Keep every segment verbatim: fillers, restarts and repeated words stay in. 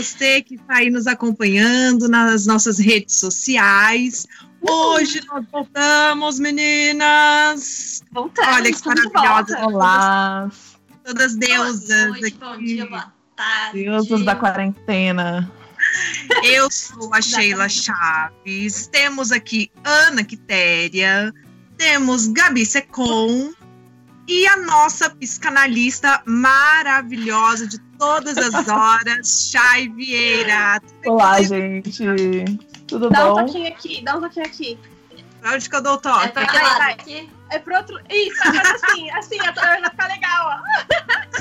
você que está aí nos acompanhando nas nossas redes sociais. Hoje nós voltamos, meninas. Voltamos. Olha que maravilhosa. Olá. Todas, todas deusas boa noite, aqui. Bom dia, boa tarde. Deusas da quarentena. Eu sou a Sheila Chaves. Temos aqui Ana Quitéria. Temos Gabi Secom. E a nossa psicanalista maravilhosa de todas as horas, Chay Vieira. Olá, gente. Tudo dá bom? Dá um toquinho aqui, dá um toquinho aqui. Pra onde que eu dou o toque? É pra que lado aqui? É pro outro... Isso, agora assim, assim, vai ficar legal, ó.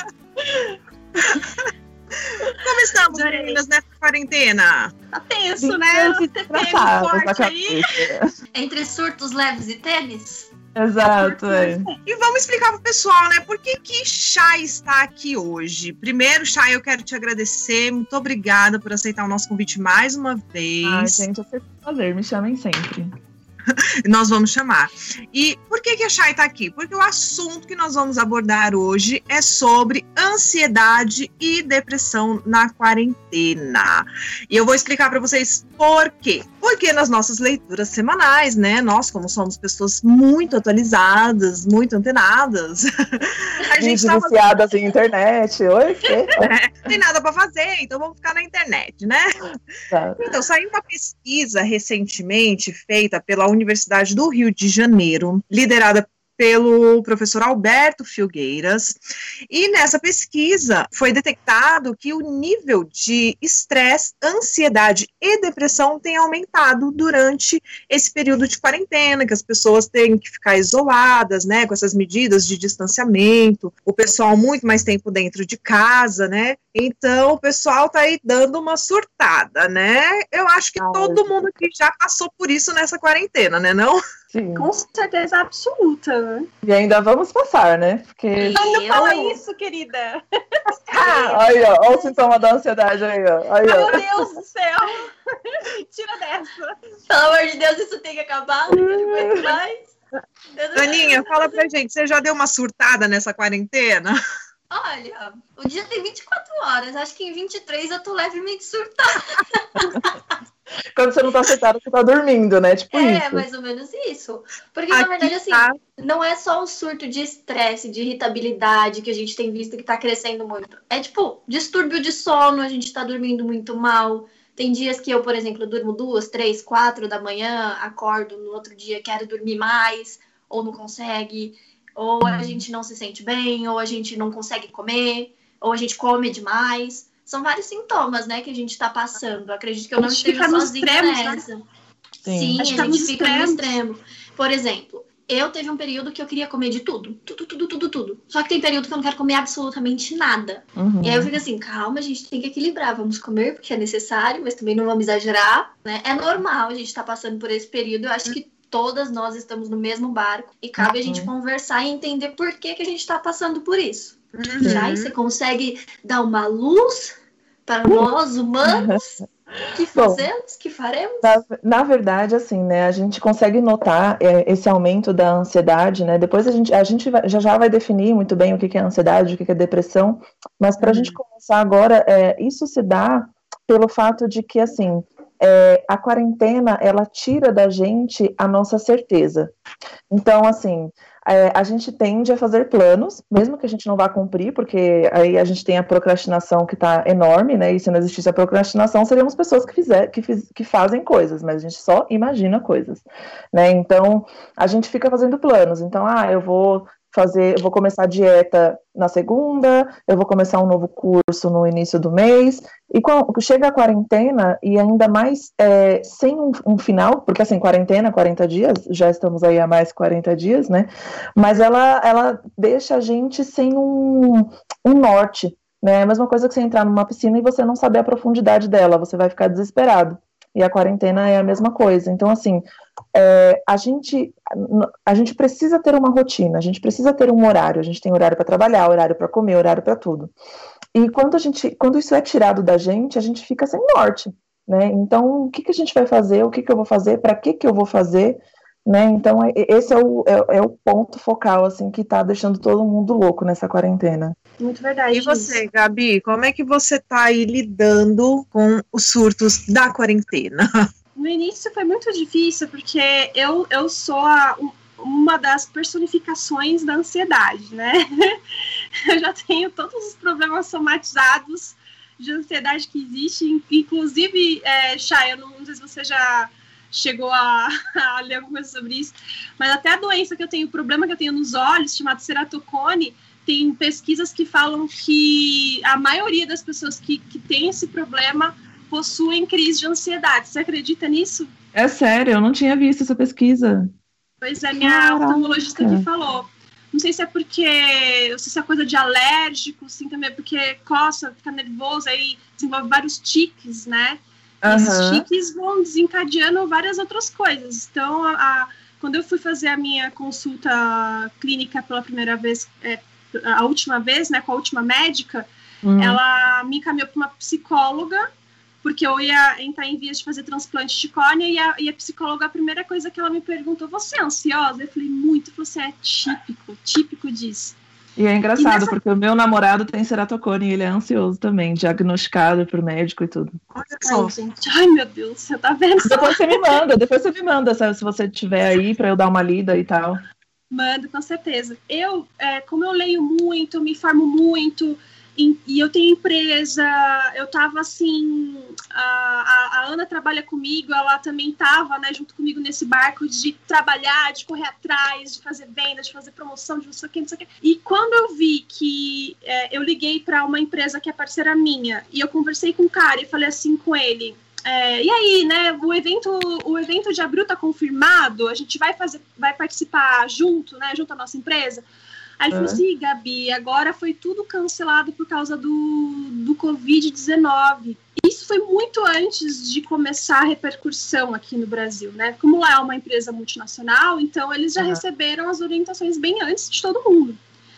Como estamos, Adorei. meninas, nessa quarentena? Tá tenso, né? Você tem um forte aí. Entre surtos leves e tênis? Exato, é. E vamos explicar pro pessoal, né? Por que que Chay está aqui hoje? Primeiro, Chay, eu quero te agradecer. Muito obrigada por aceitar o nosso convite mais uma vez. Ai, gente, é sempre um prazer. Me chamem sempre. Nós vamos chamar. E por que que a Chay está aqui? Porque o assunto que nós vamos abordar hoje é sobre ansiedade e depressão na quarentena. E eu vou explicar para vocês por quê. Porque nas nossas leituras semanais, né, nós como somos pessoas muito atualizadas, muito antenadas, a gente tá viciadas em internet. Oi, quê? É, não tem nada para fazer, então vamos ficar na internet, né? Tá. Então, saiu uma pesquisa recentemente feita pela Universidade do Rio de Janeiro, liderada pelo professor Alberto Filgueiras, e nessa pesquisa foi detectado que o nível de estresse, ansiedade e depressão tem aumentado durante esse período de quarentena, que as pessoas têm que ficar isoladas, né, com essas medidas de distanciamento, o pessoal muito mais tempo dentro de casa, né, então o pessoal tá aí dando uma surtada, né, eu acho que ah, todo mundo aqui já passou por isso nessa quarentena, né, não? Sim. Com certeza absoluta, né? E ainda vamos passar, né? Porque... Não fala isso, querida. Ah, aí, ó, olha o sintoma da ansiedade aí, ó. Aí, ó. Meu Deus do céu. Tira dessa. Pelo amor de Deus, isso tem que acabar. Não aguento mais. Aninha, fala pra gente, você já deu uma surtada nessa quarentena? Olha, o dia tem vinte e quatro horas. Acho que em vinte e três eu tô levemente surtada. Quando você não tá surtada, você tá dormindo, né? Tipo é, isso. É, mais ou menos isso. Porque, Aqui na verdade, assim, tá. não é só o surto de estresse, de irritabilidade que a gente tem visto que tá crescendo muito. É, tipo, distúrbio de sono, a gente tá dormindo muito mal. Tem dias que eu, por exemplo, durmo duas, três, quatro da manhã, acordo no outro dia, quero dormir mais, ou não consegue, ou a gente não se sente bem, ou a gente não consegue comer, ou a gente come demais. São vários sintomas, né, que a gente tá passando. Eu acredito que eu não esteja sozinha extremos, Né? nessa. Sim, Sim, a, a gente tá fica extremos. no extremo. Por exemplo, eu teve um período que eu queria comer de tudo. Tudo, tudo, tudo, tudo. Só que tem período que eu não quero comer absolutamente nada. Uhum. E aí eu fico assim, calma, a gente tem que equilibrar. Vamos comer porque é necessário, mas também não vamos exagerar, né? É normal a gente tá passando por esse período. Eu acho que todas nós estamos no mesmo barco. E cabe uhum. a gente conversar e entender por que, que a gente tá passando por isso. Uhum. Já você consegue dar uma luz para nós, humanos? Que fazemos, Bom, que faremos? Na, na verdade, assim, né, a gente consegue notar é, esse aumento da ansiedade, né, depois a gente, a gente vai, já já vai definir muito bem o que, que é ansiedade, o que, que é depressão, mas para a uhum. gente começar agora, é, isso se dá pelo fato de que, assim, é, a quarentena, ela tira da gente a nossa certeza. Então, assim, é, a gente tende a fazer planos, mesmo que a gente não vá cumprir, porque aí a gente tem a procrastinação que está enorme, né, e se não existisse a procrastinação, seríamos pessoas que, fizer, que, fiz, que fazem coisas, mas a gente só imagina coisas, né, então a gente fica fazendo planos, então, ah, eu vou fazer, eu vou começar a dieta na segunda, eu vou começar um novo curso no início do mês, e quando chega a quarentena, e ainda mais é, sem um, um final, porque assim, quarentena, quarenta dias, já estamos aí há mais quarenta dias, né, mas ela, ela deixa a gente sem um, um norte, né, a mesma coisa que você entrar numa piscina e você não saber a profundidade dela, você vai ficar desesperado. E a quarentena é a mesma coisa. Então, assim, é, a, gente, a gente precisa ter uma rotina, a gente precisa ter um horário. A gente tem horário para trabalhar, horário para comer, horário para tudo. E quando, a gente, quando isso é tirado da gente, a gente fica sem norte, né? Então, o que, que a gente vai fazer? O que, que eu vou fazer? Para que, que eu vou fazer? Né? Então, esse é o, é, é o ponto focal, assim, que está deixando todo mundo louco nessa quarentena. Muito verdade. E você, isso. Gabi, como é que você tá aí lidando com os surtos da quarentena? No início foi muito difícil, porque eu, eu sou a, uma das personificações da ansiedade, né? Eu já tenho todos os problemas somatizados de ansiedade que existem, inclusive, é, Chay, eu não, não sei se você já chegou a, a ler alguma coisa sobre isso, mas até a doença que eu tenho, o problema que eu tenho nos olhos, chamado ceratocone, tem pesquisas que falam que a maioria das pessoas que, que tem esse problema possuem crise de ansiedade. Você acredita nisso? É sério, eu não tinha visto essa pesquisa. Pois é, minha Caraca. oftalmologista que falou. Não sei se é porque, não sei se é coisa de alérgico, assim, também, porque coça, fica nervoso, aí desenvolve vários tiques, né? Uhum. Esses tiques vão desencadeando várias outras coisas. Então, a, a, quando eu fui fazer a minha consulta clínica pela primeira vez, é, a última vez, né, com a última médica, uhum. ela me encaminhou para uma psicóloga, porque eu ia entrar em vias de fazer transplante de córnea, e a, e a psicóloga, a primeira coisa que ela me perguntou, você é ansiosa? Eu falei, muito. Ela falou assim, é típico, típico disso. E é engraçado, e nessa... porque o meu namorado tem ceratocone e ele é ansioso também, diagnosticado por médico e tudo. Olha só, ai, gente, ai meu Deus, você tá vendo? Depois você me manda, depois você me manda, sabe, se você tiver aí pra eu dar uma lida e tal. Mando, com certeza. Eu, é, como eu leio muito, me informo muito, e, e eu tenho empresa, eu tava assim, a, a, a Ana trabalha comigo, ela também tava, né, junto comigo nesse barco de trabalhar, de correr atrás, de fazer venda, de fazer promoção, de não sei o que, não sei o que. E quando eu vi que é, eu liguei para uma empresa que é parceira minha, e eu conversei com o cara e falei assim com ele, é, e aí, né, o evento, o evento de abril tá confirmado, a gente vai fazer, vai participar junto, né, junto à nossa empresa. Aí ele falou assim, Gabi, agora foi tudo cancelado por causa do, do covid dezenove. Isso foi muito antes de começar a repercussão aqui no Brasil, né? Como lá é uma empresa multinacional, então eles já uhum. receberam as orientações bem antes de todo mundo.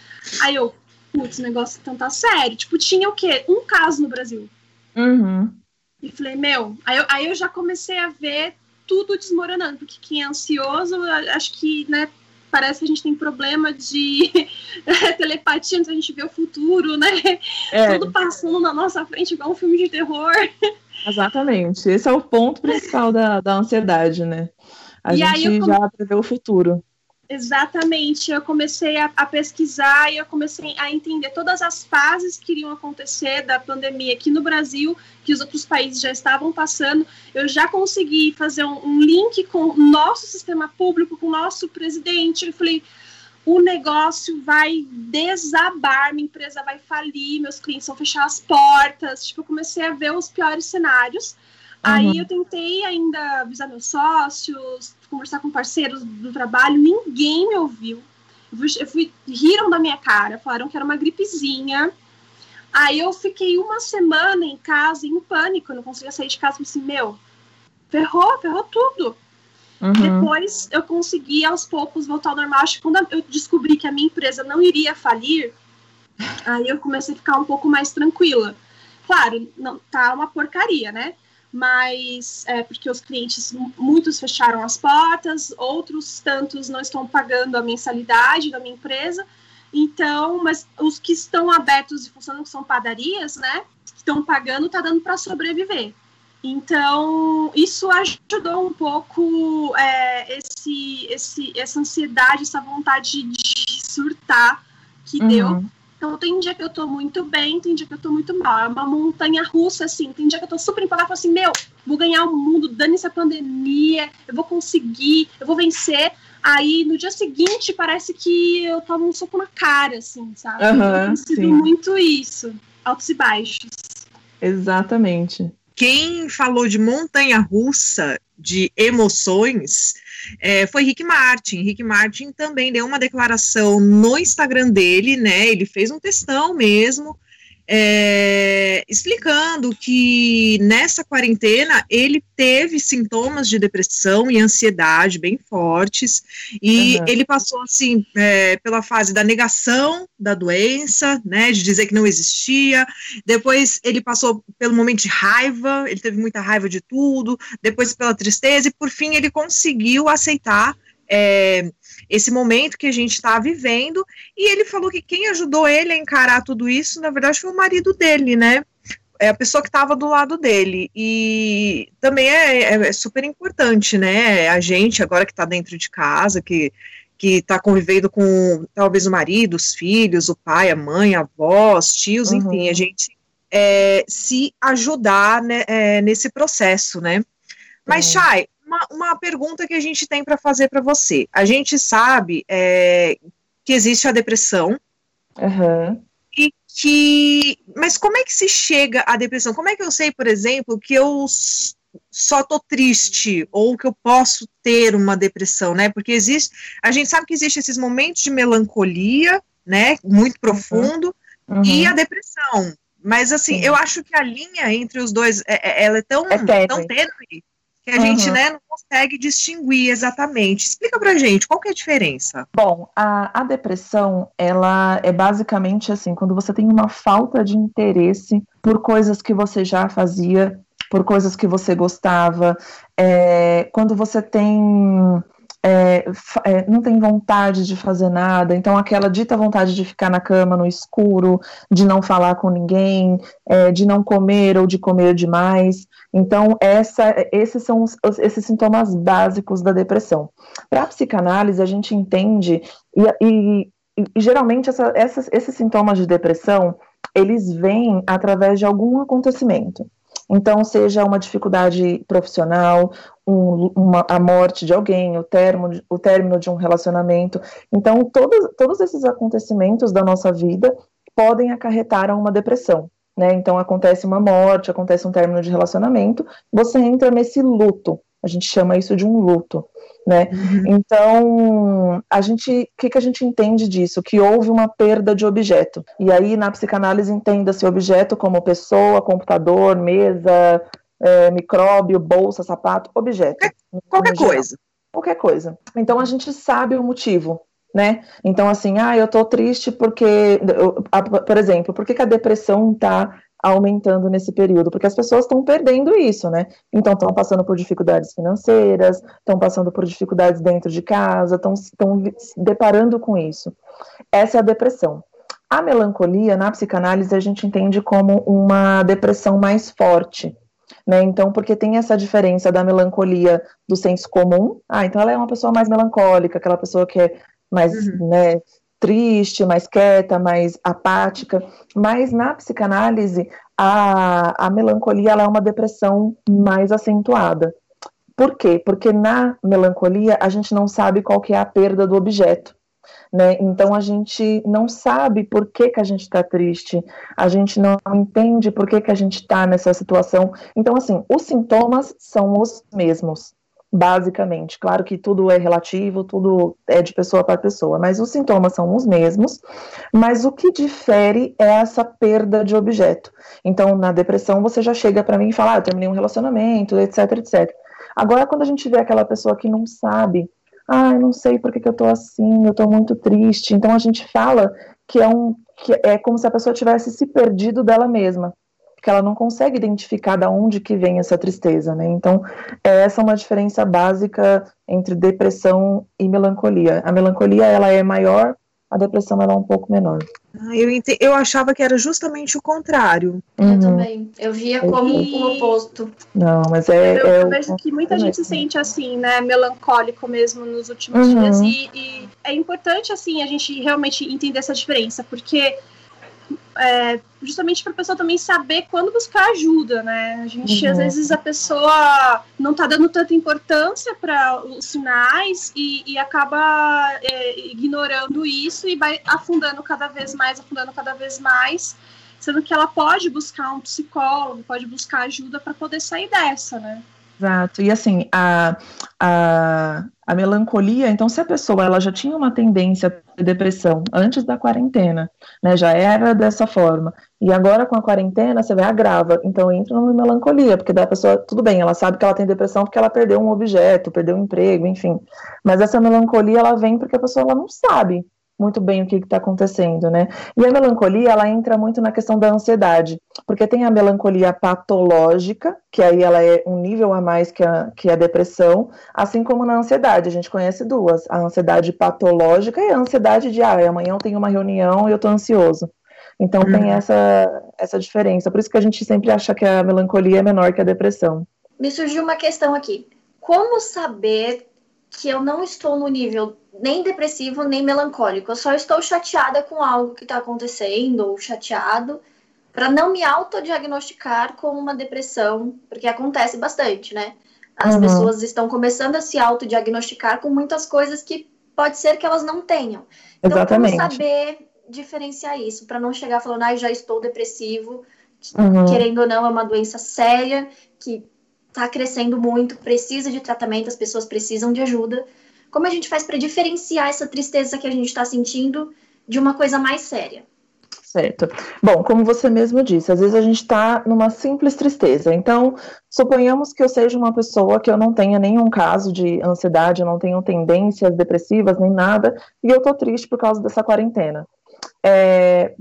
Aí eu, putz, o negócio então tá sério. Tipo, tinha o quê? Um caso no Brasil. Uhum. E falei, meu, aí eu, aí eu já comecei a ver tudo desmoronando, porque quem é ansioso, acho que, né, parece que a gente tem problema de telepatia, a gente vê o futuro, né? É. Tudo passando na nossa frente, igual um filme de terror. Exatamente. Esse é o ponto principal da, da ansiedade, né? A e gente come... já prevê o futuro. Exatamente. Eu comecei a, a pesquisar e eu comecei a entender todas as fases que iriam acontecer da pandemia aqui no Brasil, que os outros países já estavam passando. Eu já consegui fazer um, um link com o nosso sistema público, com o nosso presidente. Eu falei, o negócio vai desabar, minha empresa vai falir, meus clientes vão fechar as portas. Tipo, eu comecei a ver os piores cenários. Uhum. Aí eu tentei ainda avisar meus sócios, conversar com parceiros do trabalho, ninguém me ouviu. Eu fui, eu fui, riram da minha cara, falaram que era uma gripezinha. Aí eu fiquei uma semana em casa, em pânico, eu não conseguia sair de casa, falei assim, meu, ferrou, ferrou tudo. Uhum. Depois eu consegui, aos poucos, voltar ao normal. Acho que quando eu descobri que a minha empresa não iria falir, aí eu comecei a ficar um pouco mais tranquila. Claro, não, tá uma porcaria, né? Mas é porque os clientes, muitos fecharam as portas, outros tantos não estão pagando a mensalidade da minha empresa, então, mas os que estão abertos e funcionando, que são padarias, né, que estão pagando, tá dando para sobreviver. Então, isso ajudou um pouco é, esse, esse, essa ansiedade, essa vontade de surtar que uhum. deu. Então, tem dia que eu tô muito bem, tem dia que eu tô muito mal. É uma montanha russa, assim. Tem dia que eu tô super empolgada, falo assim, meu, vou ganhar o mundo, dane-se a pandemia, eu vou conseguir, eu vou vencer. Aí, no dia seguinte, parece que eu tomo um soco na cara, assim, sabe? Uhum, eu tenho sido muito isso, altos e baixos. Exatamente. Quem falou de montanha-russa, de emoções, é, foi Rick Martin. Rick Martin também deu uma declaração no Instagram dele, né, ele fez um textão mesmo, é, explicando que nessa quarentena ele teve sintomas de depressão e ansiedade bem fortes, e uhum. ele passou assim é, pela fase da negação da doença, né, de dizer que não existia, depois ele passou pelo momento de raiva, ele teve muita raiva de tudo, depois pela tristeza, e por fim ele conseguiu aceitar é, esse momento que a gente está vivendo, e ele falou que quem ajudou ele a encarar tudo isso, na verdade, foi o marido dele, né? É a pessoa que estava do lado dele, e também é, é, é super importante, né, a gente agora que está dentro de casa, que que está convivendo com talvez o marido, os filhos, o pai, a mãe, avós, tios, uhum. enfim, a gente é, se ajudar, né, é, nesse processo, né. Mas, uhum. Chay, uma, uma pergunta que a gente tem para fazer para você. A gente sabe é, que existe a depressão, uhum. e que, mas como é que se chega à depressão? Como é que eu sei, por exemplo, que eu só tô triste, ou que eu posso ter uma depressão, né, porque existe, a gente sabe que existe esses momentos de melancolia, né, muito profundo, uhum. e a depressão, mas assim, Sim. eu acho que a linha entre os dois, é, ela é tão, é tênue. tão tênue, que a uhum. gente, né, não consegue distinguir exatamente. Explica pra gente, qual que é a diferença? Bom, a, a depressão, ela é basicamente assim, quando você tem uma falta de interesse por coisas que você já fazia, por coisas que você gostava, é, quando você tem, é, é, não tem vontade de fazer nada, então aquela dita vontade de ficar na cama no escuro, de não falar com ninguém, é, de não comer ou de comer demais, então essa, esses são os, esses sintomas básicos da depressão. Para a psicanálise a gente entende, e, e, e geralmente essa, essas, esses sintomas de depressão, eles vêm através de algum acontecimento. Então, seja uma dificuldade profissional, um, uma, a morte de alguém, o término, o término de um relacionamento. Então, todos, todos esses acontecimentos da nossa vida podem acarretar a uma depressão, né? Então, acontece uma morte, acontece um término de relacionamento, você entra nesse luto. A gente chama isso de um luto, né? Uhum. Então, a gente, o que, que a gente entende disso? Que houve uma perda de objeto. E aí, na psicanálise, entenda-se objeto como pessoa, computador, mesa, é, micróbio, bolsa, sapato, objeto. Qualquer, qualquer coisa. Qualquer coisa. Então, a gente sabe o motivo, né? Então, assim, ah, eu tô triste porque, eu, a, por exemplo, por que, que a depressão tá aumentando nesse período, porque as pessoas estão perdendo isso, né? Então estão passando por dificuldades financeiras, estão passando por dificuldades dentro de casa, estão se deparando com isso. Essa é a depressão. A melancolia, na psicanálise, a gente entende como uma depressão mais forte, né? Então, porque tem essa diferença da melancolia do senso comum, ah, então ela é uma pessoa mais melancólica, aquela pessoa que é mais, uhum. né, triste, mais quieta, mais apática, mas na psicanálise a, a melancolia ela é uma depressão mais acentuada. Por quê? Porque na melancolia a gente não sabe qual que é a perda do objeto, né? Então a gente não sabe por que, que a gente está triste, a gente não entende por que, que a gente está nessa situação. Então, assim, os sintomas são os mesmos, basicamente. Claro que tudo é relativo, tudo é de pessoa para pessoa, mas os sintomas são os mesmos, mas o que difere é essa perda de objeto. Então, na depressão, você já chega para mim e fala, ah, eu terminei um relacionamento, etc, etcétera. Agora, quando a gente vê aquela pessoa que não sabe, ah, eu não sei por que, que eu tô assim, eu tô muito triste, então a gente fala que é, um, que é como se a pessoa tivesse se perdido dela mesma, que ela não consegue identificar de onde que vem essa tristeza, né? Então, essa é uma diferença básica entre depressão e melancolia. A melancolia, ela é maior, a depressão, ela é um pouco menor. Ah, eu, ent... eu achava que era justamente o contrário. Uhum. Eu também. Eu via como e... o oposto. Não, mas é... Eu, é eu vejo que muita gente se sente assim, né, melancólico mesmo nos últimos uhum. dias, e, e é importante, assim, a gente realmente entender essa diferença, porque... É, justamente para a pessoa também saber quando buscar ajuda, né? A gente, uhum. às vezes, a pessoa não tá dando tanta importância para os sinais e, e acaba é, ignorando isso e vai afundando cada vez mais, afundando cada vez mais, sendo que ela pode buscar um psicólogo, pode buscar ajuda para poder sair dessa, né? Exato, e assim, a, a, a melancolia, então se a pessoa ela já tinha uma tendência a ter depressão antes da quarentena, né, já era dessa forma, e agora com a quarentena você vai agrava, então entra numa melancolia, porque da pessoa, tudo bem, ela sabe que ela tem depressão porque ela perdeu um objeto, perdeu um emprego, enfim, mas essa melancolia ela vem porque a pessoa ela não sabe, muito bem o que está acontecendo, né? E a melancolia, ela entra muito na questão da ansiedade, porque tem a melancolia patológica, que aí ela é um nível a mais que a, que a depressão, assim como na ansiedade, a gente conhece duas, a ansiedade patológica e a ansiedade de, ah, amanhã eu tenho uma reunião e eu tô ansioso. Então uhum. tem essa, essa diferença, por isso que a gente sempre acha que a melancolia é menor que a depressão. Me surgiu uma questão aqui, como saber que eu não estou no nível nem depressivo, nem melancólico. Eu só estou chateada com algo que está acontecendo, ou chateado, para não me autodiagnosticar como uma depressão, porque acontece bastante, né? As uhum. pessoas estão começando a se autodiagnosticar com muitas coisas que pode ser que elas não tenham. Então, Exatamente. Como saber diferenciar isso, para não chegar falando, ah, já estou depressivo, uhum. querendo ou não, é uma doença séria, que está crescendo muito, precisa de tratamento, as pessoas precisam de ajuda. Como a gente faz para diferenciar essa tristeza que a gente está sentindo de uma coisa mais séria? Certo. Bom, como você mesmo disse, às vezes a gente está numa simples tristeza. Então, suponhamos que eu seja uma pessoa que eu não tenha nenhum caso de ansiedade, eu não tenho tendências depressivas, nem nada, e eu tô triste por causa dessa quarentena. É...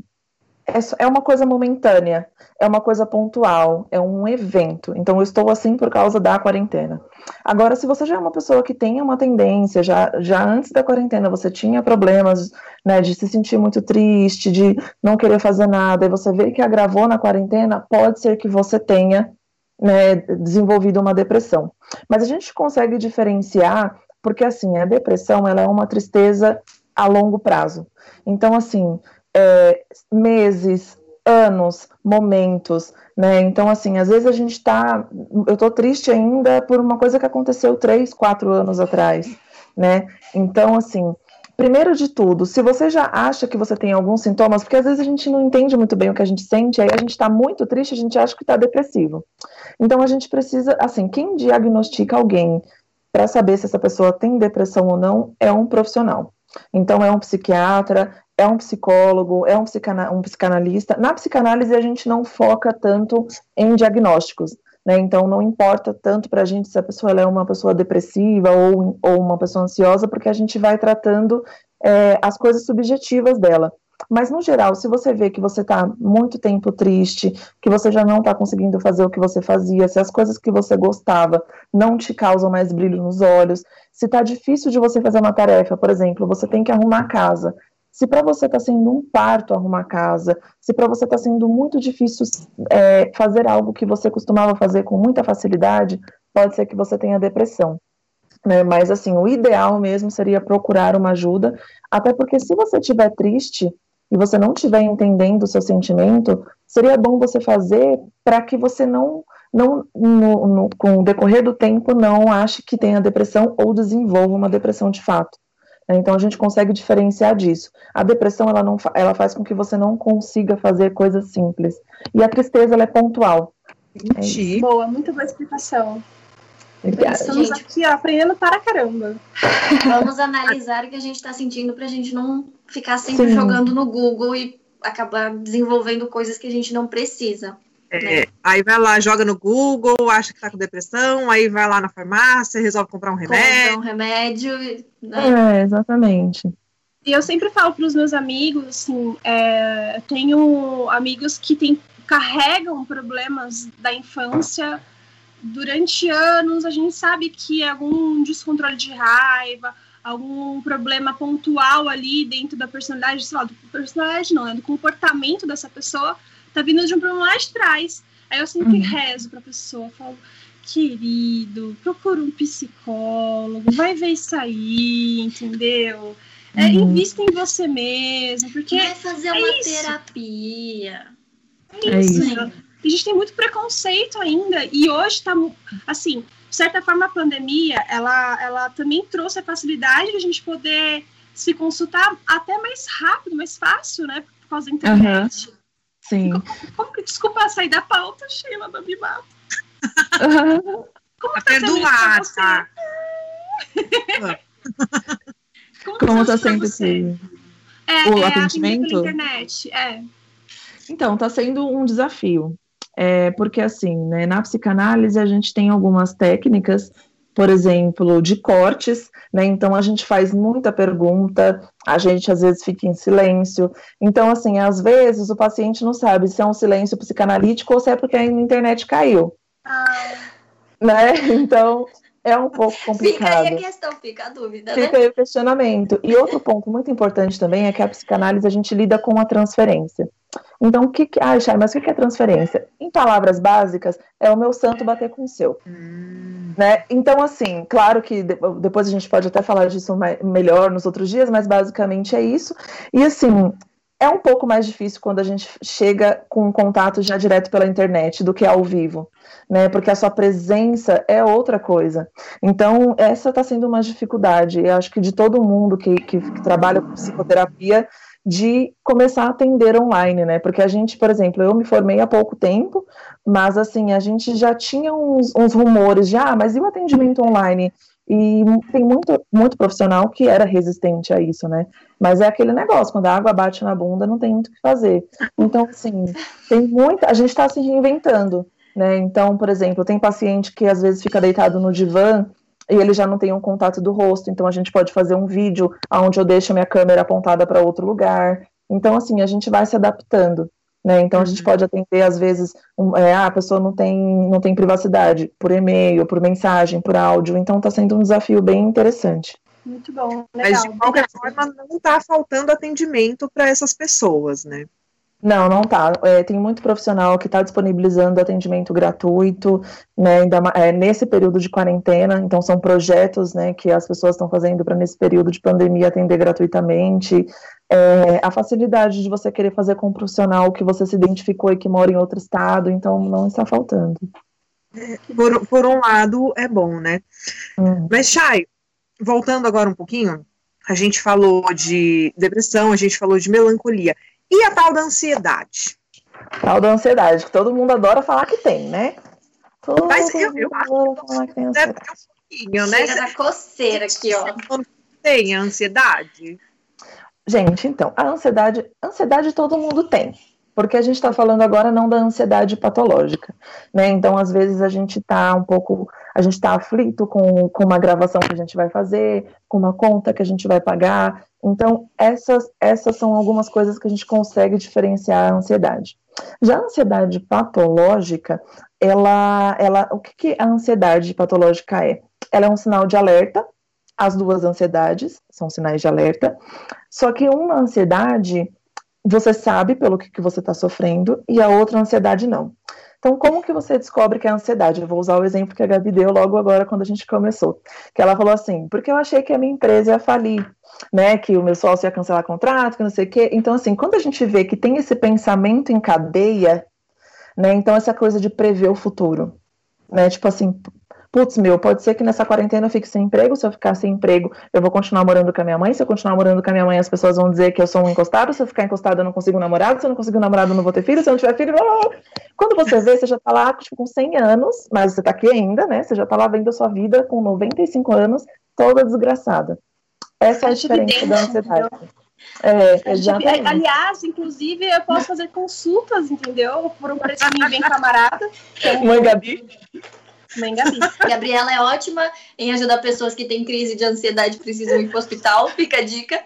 É uma coisa momentânea, é uma coisa pontual, é um evento. Então, eu estou assim por causa da quarentena. Agora, se você já é uma pessoa que tem uma tendência, já, já antes da quarentena você tinha problemas, né, de se sentir muito triste, de não querer fazer nada, e você vê que agravou na quarentena, pode ser que você tenha, né, desenvolvido uma depressão. Mas a gente consegue diferenciar, porque assim, a depressão ela é uma tristeza a longo prazo. Então, assim... É, meses, anos, momentos, né? Então, assim, às vezes a gente tá... Eu tô triste ainda por uma coisa que aconteceu três, quatro anos atrás, né? Então, assim, primeiro de tudo, se você já acha que você tem alguns sintomas, porque às vezes a gente não entende muito bem o que a gente sente, aí a gente tá muito triste, a gente acha que tá depressivo. Então, a gente precisa, assim, quem diagnostica alguém para saber se essa pessoa tem depressão ou não é um profissional. Então, é um psiquiatra, é um psicólogo, é um, psicana- um psicanalista. Na psicanálise, a gente não foca tanto em diagnósticos, né? Então, não importa tanto para a gente se a pessoa ela é uma pessoa depressiva ou, ou uma pessoa ansiosa, porque a gente vai tratando é, as coisas subjetivas dela. Mas, no geral, se você vê que você está muito tempo triste, que você já não está conseguindo fazer o que você fazia, se as coisas que você gostava não te causam mais brilho nos olhos, se está difícil de você fazer uma tarefa, por exemplo, você tem que arrumar a casa. Se para você está sendo um parto arrumar a casa, se para você está sendo muito difícil é, fazer algo que você costumava fazer com muita facilidade, pode ser que você tenha depressão. Né? Mas, assim, o ideal mesmo seria procurar uma ajuda, até porque se você estiver triste e você não estiver entendendo o seu sentimento, seria bom você fazer para que você não, não no, no, com o decorrer do tempo, não ache que tenha depressão ou desenvolva uma depressão de fato. Então, a gente consegue diferenciar disso. A depressão, ela, não, ela faz com que você não consiga fazer coisas simples. E a tristeza, ela é pontual. É boa, muito boa explicação. Obrigada. Estamos gente, aqui ó, aprendendo para caramba. Vamos analisar o que a gente está sentindo para a gente não ficar sempre Sim. jogando no Google e acabar desenvolvendo coisas que a gente não precisa. É, né? Aí vai lá, joga no Google, acha que tá com depressão, aí vai lá na farmácia, resolve comprar um remédio. Comprar um remédio. Né? É, exatamente. E eu sempre falo para os meus amigos, assim, é, eu tenho amigos que tem, carregam problemas da infância durante anos, a gente sabe que é algum descontrole de raiva, algum problema pontual ali dentro da personalidade, sei lá, do personalidade não, né, do comportamento dessa pessoa, tá vindo de um problema lá de trás. Aí eu sempre uhum. rezo pra pessoa, falo, querido, procura um psicólogo, vai ver isso aí, entendeu? É, uhum. Invista em você mesmo, porque vai fazer é uma isso. terapia. É isso. É isso. A gente tem muito preconceito ainda, e hoje tá, assim, de certa forma a pandemia, ela, ela também trouxe a facilidade de a gente poder se consultar até mais rápido, mais fácil, né, por causa da internet. Uhum. Sim. Como, como que, desculpa sair da pauta, Sheila, não me mata. Como tá sendo lá, tá? Como, como tá sendo esse... é, o é, atendimento? Pela internet, é. Então, tá sendo um desafio. É, porque, assim, né, na psicanálise a gente tem algumas técnicas, por exemplo, de cortes, né? Então a gente faz muita pergunta, a gente às vezes fica em silêncio. Então, assim, às vezes o paciente não sabe se é um silêncio psicanalítico ou se é porque a internet caiu. Ah. Né? Então, é um pouco complicado. Fica aí a questão, fica a dúvida, Fica né? aí o questionamento. E outro ponto muito importante também é que a psicanálise a gente lida com a transferência. Então, o que que... Ah, Chay, mas o que é transferência? Em palavras básicas, é o meu santo bater com o seu. Hum. Né? Então, assim, claro que depois a gente pode até falar disso melhor nos outros dias, mas basicamente é isso. E, assim, é um pouco mais difícil quando a gente chega com um contato já direto pela internet do que ao vivo, né? Porque a sua presença é outra coisa. Então, essa está sendo uma dificuldade, eu acho que de todo mundo que, que, que trabalha com psicoterapia, de começar a atender online, né? Porque a gente, por exemplo, eu me formei há pouco tempo, mas assim, a gente já tinha uns, uns rumores de, ah, mas e o atendimento online? E tem muito, muito profissional que era resistente a isso, né? Mas é aquele negócio, quando a água bate na bunda, não tem muito o que fazer. Então, assim, tem muita, a gente está se reinventando, né? Então, por exemplo, tem paciente que às vezes fica deitado no divã e ele já não tem um contato do rosto, então a gente pode fazer um vídeo onde eu deixo a minha câmera apontada para outro lugar. Então, assim, a gente vai se adaptando, né? Então, a gente pode atender, às vezes, um, é, ah, a pessoa não tem, não tem privacidade, por e-mail, por mensagem, por áudio, então está sendo um desafio bem interessante. Muito bom, legal. Mas, de qualquer forma, não está faltando atendimento para essas pessoas, né? Não, não tá. É, tem muito profissional que está disponibilizando atendimento gratuito, né, ainda, é, nesse período de quarentena, então são projetos, né, que as pessoas estão fazendo para nesse período de pandemia atender gratuitamente. É, a facilidade de você querer fazer com um profissional que você se identificou e que mora em outro estado, então não está faltando. É, por, por um lado, é bom, né? Hum. Mas, Chay, voltando agora um pouquinho, a gente falou de depressão, a gente falou de melancolia. E a tal da ansiedade? Tal da ansiedade, que todo mundo adora falar que tem, né? Todo Mas eu, eu acho que, que tem deve ter um pouquinho, né? Chega da coceira aqui, ó. Tem a ansiedade? Gente, então, a ansiedade, ansiedade todo mundo tem. Porque a gente está falando agora não da ansiedade patológica, né? Então, às vezes, a gente está um pouco, a gente está aflito com, com uma gravação que a gente vai fazer, com uma conta que a gente vai pagar. Então, essas, essas são algumas coisas que a gente consegue diferenciar a ansiedade. Já a ansiedade patológica, ela, ela, o que, que a ansiedade patológica é? Ela é um sinal de alerta, as duas ansiedades são sinais de alerta, só que uma ansiedade você sabe pelo que, que você está sofrendo e a outra ansiedade não. Então, como que você descobre que é ansiedade? Eu vou usar o exemplo que a Gabi deu logo agora quando a gente começou. Que ela falou assim, porque eu achei que a minha empresa ia falir, né? Que o meu sócio ia cancelar contrato, que não sei o quê. Então, assim, quando a gente vê que tem esse pensamento em cadeia, né? Então, essa coisa de prever o futuro, né? Tipo assim, putz, meu, pode ser que nessa quarentena eu fique sem emprego, se eu ficar sem emprego, eu vou continuar morando com a minha mãe, se eu continuar morando com a minha mãe, as pessoas vão dizer que eu sou um encostado, se eu ficar encostado eu não consigo namorado, se eu não consigo namorado eu não vou ter filho, se eu não tiver filho, blá, blá, blá. Quando você vê, você já tá lá tipo, com cem anos, mas você tá aqui ainda, né, você já tá lá vendo a sua vida com noventa e cinco anos, toda desgraçada. Essa é a diferença da ansiedade. É, exatamente. Aliás, inclusive, eu posso fazer consultas, entendeu? Por um preço bem camarada. Então, Mãe Gabi. Mãe Gabi. Gabriela é ótima em ajudar pessoas que têm crise de ansiedade e precisam ir para o hospital. Fica a dica.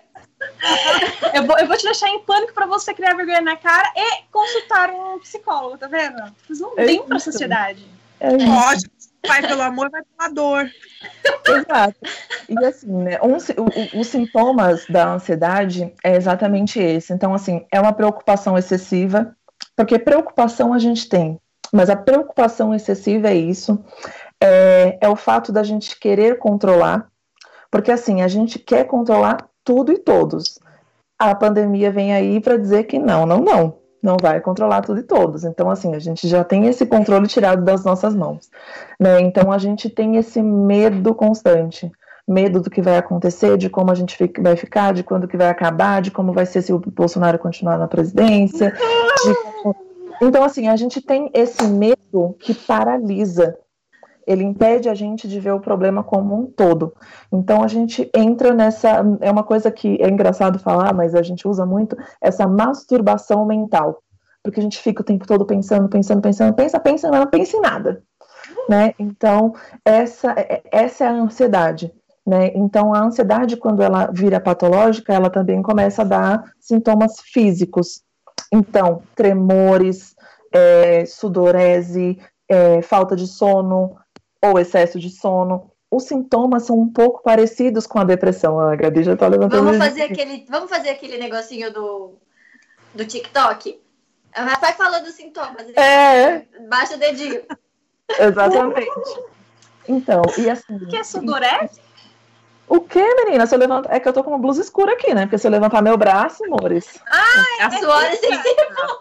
Eu vou, eu vou te deixar em pânico para você criar vergonha na cara e consultar um psicólogo, tá vendo? Vocês não é vêm para a sociedade. É Pode, vai pelo amor, vai pela dor. Exato. E assim, né, um, o, os sintomas da ansiedade é exatamente esse. Então, assim, é uma preocupação excessiva, porque preocupação a gente tem. Mas a preocupação excessiva é isso, é, é o fato da gente querer controlar, porque assim, a gente quer controlar tudo e todos. A pandemia vem aí para dizer que não, não, não, não vai controlar tudo e todos. Então assim, a gente já tem esse controle tirado das nossas mãos, né? Então a gente tem esse medo constante, medo do que vai acontecer, de como a gente fica, vai ficar, de quando que vai acabar, de como vai ser se o Bolsonaro continuar na presidência, de... Então, assim, a gente tem esse medo que paralisa, ele impede a gente de ver o problema como um todo. Então, a gente entra nessa, é uma coisa que é engraçado falar, mas a gente usa muito, essa masturbação mental, porque a gente fica o tempo todo pensando, pensando, pensando, pensa, pensa, não pensa em nada. né? Então, essa, essa é a ansiedade, né? Então, a ansiedade, quando ela vira patológica, ela também começa a dar sintomas físicos. Então, tremores, é, sudorese, é, falta de sono ou excesso de sono. Os sintomas são um pouco parecidos com a depressão. A Gabi já tá levantando. Vamos fazer aquele, vamos fazer aquele negocinho do, do TikTok? Vai falando os sintomas. É. Baixa o dedinho. Exatamente. Então, e assim... O que é sudorese? O que, menina? Se eu levantar... É que eu tô com uma blusa escura aqui, né? Porque se eu levantar meu braço, amores... Ah, é suor sensível.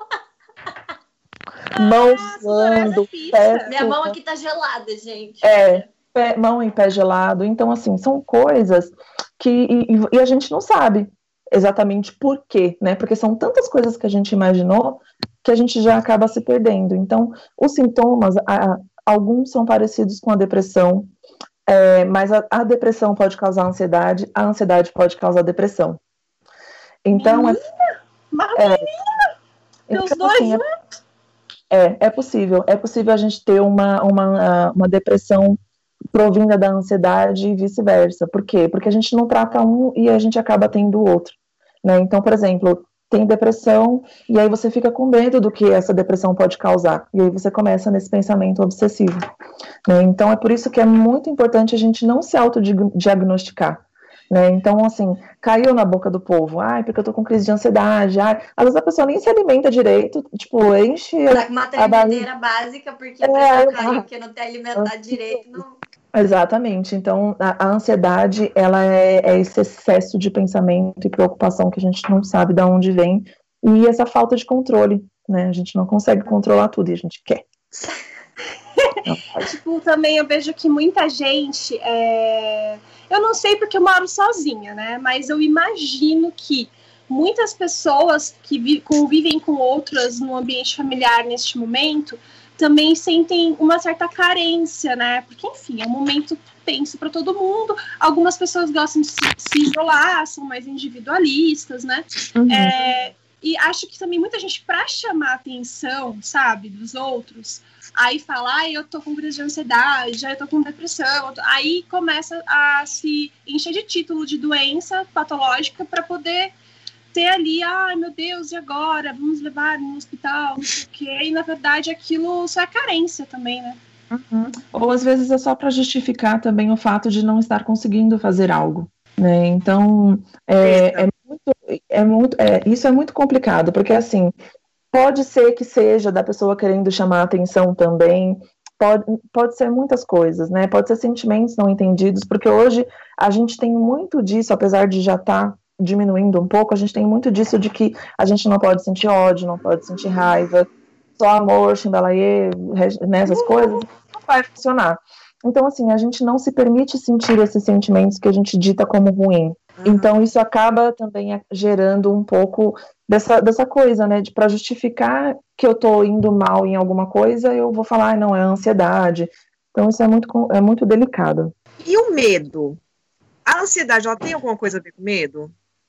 Mão Ah, suando, sudorese pé... Minha mão aqui tá gelada, gente. É, pé, mão e pé gelado. Então, assim, são coisas que... E, e a gente não sabe exatamente por quê, né? Porque são tantas coisas que a gente imaginou que a gente já acaba se perdendo. Então, os sintomas, a, alguns são parecidos com a depressão, é, mas a, a depressão pode causar ansiedade, a ansiedade pode causar depressão. Então, menina, é, menina, é, os então, dois assim, é, é possível, é possível a gente ter uma, uma, uma depressão provinda da ansiedade e vice-versa. Por quê? Porque a gente não trata um e a gente acaba tendo o outro, né? Então, por exemplo, tem depressão, e aí você fica com medo do que essa depressão pode causar, e aí você começa nesse pensamento obsessivo, né? Então é por isso que é muito importante a gente não se autodiagnosticar, né? Então, assim, caiu na boca do povo, ai, porque eu tô com crise de ansiedade, ai, às vezes a pessoa nem se alimenta direito, tipo, enche Mata a a barriga. alimentadeira básica, porque É, a pessoa eu- caiu, porque não tem alimentado direito, não... Exatamente, então a, a ansiedade, ela é, é esse excesso de pensamento e preocupação que a gente não sabe de onde vem, e essa falta de controle, né, a gente não consegue controlar tudo e a gente quer. Tipo, também eu vejo que muita gente, é... eu não sei porque eu moro sozinha, né, mas eu imagino que muitas pessoas que vi- convivem com outras no ambiente familiar neste momento também sentem uma certa carência, né? Porque, enfim, é um momento tenso para todo mundo. Algumas pessoas gostam de se, se isolar, são mais individualistas, né? Uhum. É, e acho que também muita gente, para chamar a atenção, sabe, dos outros, aí fala, ah, eu tô com crise de ansiedade, já eu tô com depressão, eu tô... aí começa a se encher de título de doença patológica para poder ter ali, ai meu Deus, e agora? Vamos levar no hospital, não sei o quê. E na verdade aquilo só é carência também, né? Uhum. Ou às vezes é só para justificar também o fato de não estar conseguindo fazer algo, né? Então, é, é muito, é muito é, isso é muito complicado, porque assim, pode ser que seja da pessoa querendo chamar a atenção também, pode, pode ser muitas coisas, né? Pode ser sentimentos não entendidos, porque hoje a gente tem muito disso, apesar de já estar diminuindo um pouco, a gente tem muito disso de que a gente não pode sentir ódio, não pode sentir raiva, só amor, chimbalaê, nessas coisas, não vai funcionar. Então, assim, a gente não se permite sentir esses sentimentos que a gente dita como ruim. Então, isso acaba também gerando um pouco dessa, dessa coisa, né, de para justificar que eu tô indo mal em alguma coisa, eu vou falar, ah, não, é ansiedade. Então, isso é muito, é muito delicado. E o medo? A ansiedade, ela tem alguma coisa a ver com medo?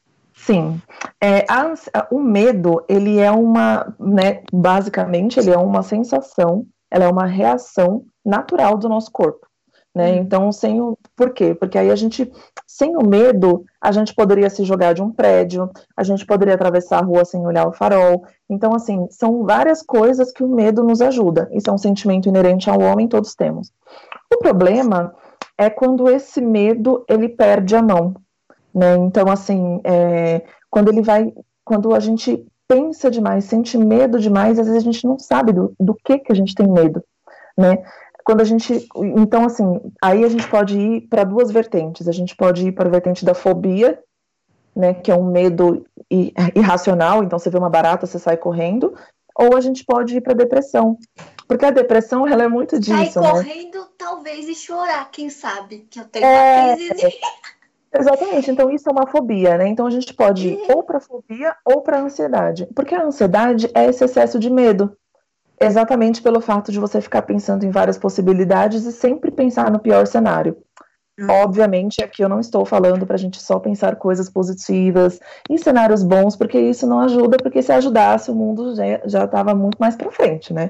Sim, é, a, o medo, ele é uma, né, basicamente, ele é uma sensação, ela é uma reação natural do nosso corpo, né, hum. Então, sem o, por quê? Porque aí a gente, sem o medo, a gente poderia se jogar de um prédio, a gente poderia atravessar a rua sem olhar o farol, então, assim, são várias coisas que o medo nos ajuda, isso é um sentimento inerente ao homem, todos temos. O problema é quando esse medo, ele perde a mão. Né? Então, assim, é, quando ele vai, quando a gente pensa demais, sente medo demais, às vezes a gente não sabe do, do que que a gente tem medo, né? Quando a gente, então, assim, aí a gente pode ir para duas vertentes. A gente pode ir para a vertente da fobia, né? Que é um medo irracional. Então, você vê uma barata, você sai correndo. Ou a gente pode ir para a depressão, porque a depressão, ela é muito disso. Sai correndo, né? Talvez e chorar, quem sabe? Que eu tenho é... uma crise. Exatamente, então isso é uma fobia, né? Então a gente pode ir ou para fobia ou para ansiedade, porque a ansiedade é esse excesso de medo, exatamente pelo fato de você ficar pensando em várias possibilidades e sempre pensar no pior cenário. Hum. Obviamente, aqui eu não estou falando para a gente só pensar coisas positivas e cenários bons, porque isso não ajuda, porque se ajudasse o mundo já estava muito mais para frente, né?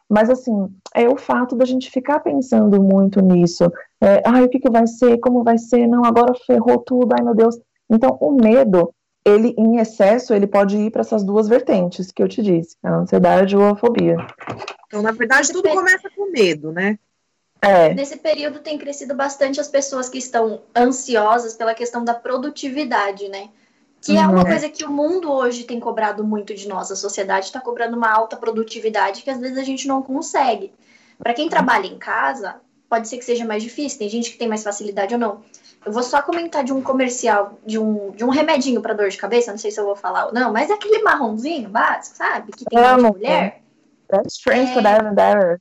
Mas, assim, é o fato da gente ficar pensando muito nisso. É, ai, o que, que vai ser? Como vai ser? Não, agora ferrou tudo, ai, meu Deus. Então, o medo, ele, em excesso, ele pode ir para essas duas vertentes que eu te disse, a ansiedade ou a fobia. Então, na verdade, tudo começa com medo, né? É. Nesse período tem crescido bastante as pessoas que estão ansiosas pela questão da produtividade, né? Que uhum. é uma coisa que o mundo hoje tem cobrado muito de nós. A sociedade está cobrando uma alta produtividade que às vezes a gente não consegue. Para quem trabalha em casa, pode ser que seja mais difícil. Tem gente que tem mais facilidade ou não. Eu vou só comentar de um comercial, de um, de um remedinho para dor de cabeça. Não sei se eu vou falar ou não, mas é aquele marronzinho básico, sabe? Que tem mais mulher. That's strange for that and that.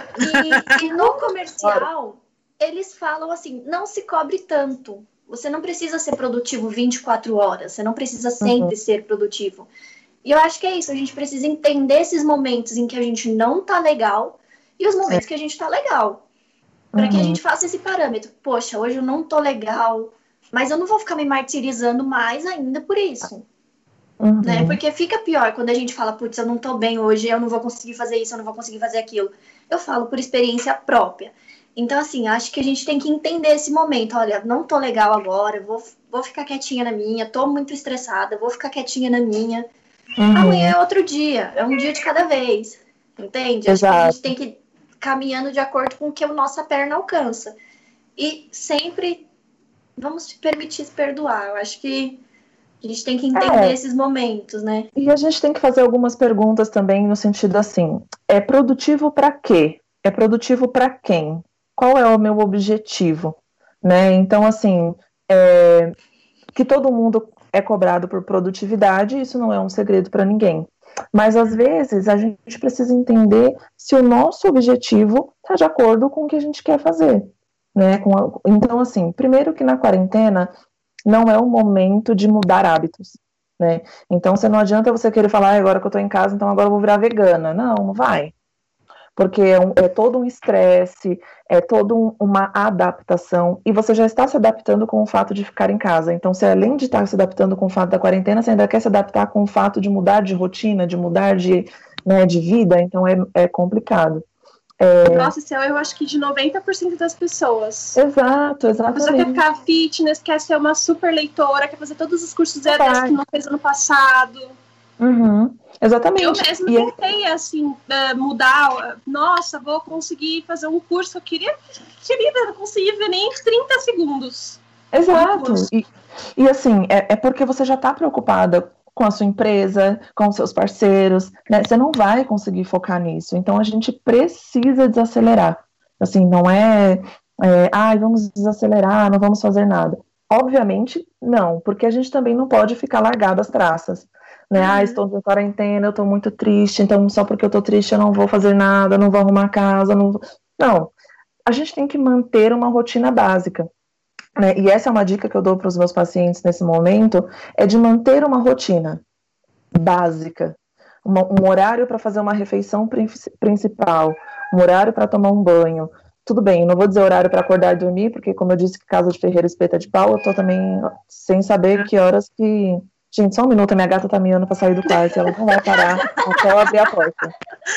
E, e no comercial, eles falam assim, não se cobre tanto. Você não precisa ser produtivo vinte e quatro horas. Você não precisa sempre uhum. ser produtivo. E eu acho que é isso. A gente precisa entender esses momentos em que a gente não tá legal e os momentos é. que a gente tá legal. Para uhum. que a gente faça esse parâmetro. Poxa, hoje eu não tô legal, mas eu não vou ficar me martirizando mais ainda por isso. Uhum. Né? Porque fica pior quando a gente fala, putz, eu não tô bem hoje, eu não vou conseguir fazer isso, eu não vou conseguir fazer aquilo. Eu falo por experiência própria. Então, assim, acho que a gente tem que entender esse momento. Olha, não tô legal agora, vou, vou ficar quietinha na minha, tô muito estressada, vou ficar quietinha na minha. Uhum. Amanhã é outro dia, é um dia de cada vez, entende? Exato. Acho que a gente tem que ir caminhando de acordo com o que a nossa perna alcança. E sempre vamos permitir se perdoar. Eu acho que a gente tem que entender é. esses momentos, né? E a gente tem que fazer algumas perguntas também no sentido assim, é produtivo para quê? É produtivo para quem? Qual é o meu objetivo, né? Então, assim, é, que todo mundo é cobrado por produtividade, isso não é um segredo para ninguém. Mas, às vezes, a gente precisa entender se o nosso objetivo está de acordo com o que a gente quer fazer, né? Com a, então, assim, primeiro que na quarentena não é o momento de mudar hábitos, né? Então, você não adianta você querer falar, ah, agora que eu estou em casa, então agora eu vou virar vegana. Não, não vai. Porque é, um, é todo um estresse, é toda um, uma adaptação, e você já está se adaptando com o fato de ficar em casa. Então, você além de estar se adaptando com o fato da quarentena, você ainda quer se adaptar com o fato de mudar de rotina, de mudar de, né, de vida, então é, é complicado. É... Nossa, isso eu acho que de noventa por cento das pessoas. Exato, exatamente. A pessoa quer ficar fitness, quer ser uma super leitora, quer fazer todos os cursos E A Ds que não fez ano passado. Uhum, exatamente. Eu mesmo e tentei, é... assim, mudar. Nossa, vou conseguir fazer um curso. Eu queria, querida, não consegui ver nem trinta segundos. Exato. E, e assim, é, é porque você já está preocupada com a sua empresa, com os seus parceiros, né? Você não vai conseguir focar nisso. Então, a gente precisa desacelerar. Assim, não é, é ai, ah, vamos desacelerar, não vamos fazer nada. Obviamente, não, porque a gente também não pode ficar largado as traças. Né? Uhum. Ah, estou em quarentena, eu estou muito triste, então só porque eu estou triste eu não vou fazer nada, não vou arrumar a casa, não vou... Não, a gente tem que manter uma rotina básica, né? E essa é uma dica que eu dou para os meus pacientes nesse momento, é de manter uma rotina básica, uma, um horário para fazer uma refeição principal, um horário para tomar um banho. Tudo bem, não vou dizer horário para acordar e dormir, porque como eu disse que casa de ferreiro espeta de pau, eu estou também sem saber que horas que... Gente, só um minuto, a minha gata tá miando pra sair do quarto, ela não vai parar até eu abrir a porta.